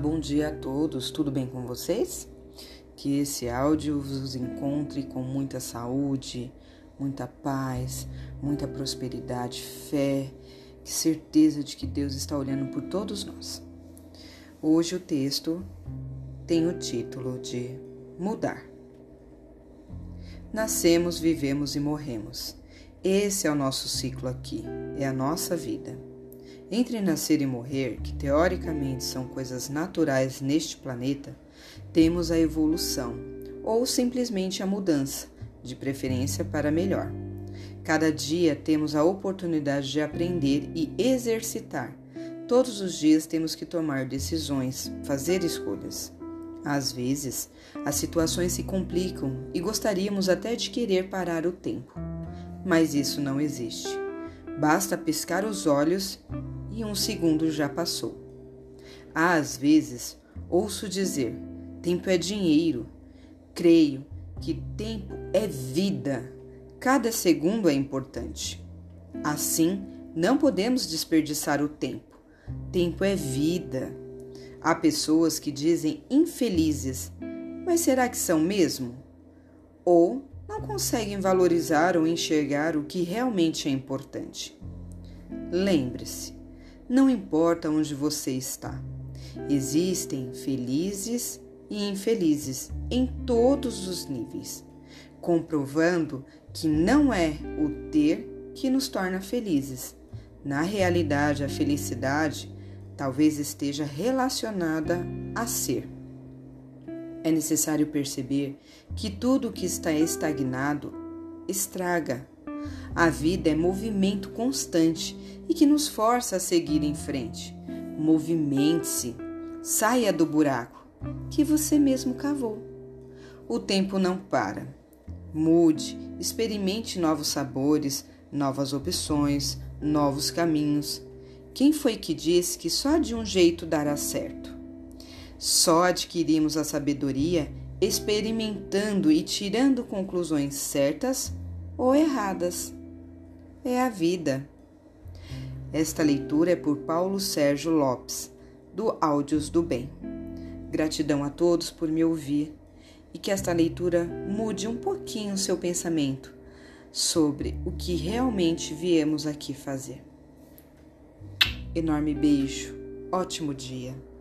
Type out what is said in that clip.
bom dia a todos, tudo bem com vocês? Que esse áudio vos encontre com muita saúde, muita paz, muita prosperidade, fé, certeza de que Deus está olhando por todos nós. Hoje o texto tem o título de Mudar. Nascemos, vivemos e morremos. Esse é o nosso ciclo aqui, é a nossa vida. Entre nascer e morrer, que teoricamente são coisas naturais neste planeta, temos a evolução, ou simplesmente a mudança, de preferência para melhor. Cada dia temos a oportunidade de aprender e exercitar. Todos os dias temos que tomar decisões, fazer escolhas. Às vezes, as situações se complicam e gostaríamos até de querer parar o tempo. Mas isso não existe. Basta piscar os olhos e um segundo já passou. Às vezes, ouço dizer, tempo é dinheiro. Creio que tempo é vida. Cada segundo é importante. Assim, não podemos desperdiçar o tempo. Tempo é vida. Há pessoas que dizem infelizes, mas será que são mesmo? Ou não conseguem valorizar ou enxergar o que realmente é importante. Lembre-se, não importa onde você está. Existem felizes e infelizes em todos os níveis, comprovando que não é o ter que nos torna felizes. Na realidade, a felicidade talvez esteja relacionada a ser. É necessário perceber que tudo que está estagnado estraga. A vida é movimento constante e que nos força a seguir em frente. Movimente-se, saia do buraco que você mesmo cavou. O tempo não para. Mude, experimente novos sabores, novas opções, novos caminhos. Quem foi que disse que só de um jeito dará certo? Só adquirimos a sabedoria experimentando e tirando conclusões certas ou erradas. É a vida. Esta leitura é por Paulo Sérgio Lopes, do Áudios do Bem. Gratidão a todos por me ouvir e que esta leitura mude um pouquinho o seu pensamento sobre o que realmente viemos aqui fazer. Enorme beijo, ótimo dia.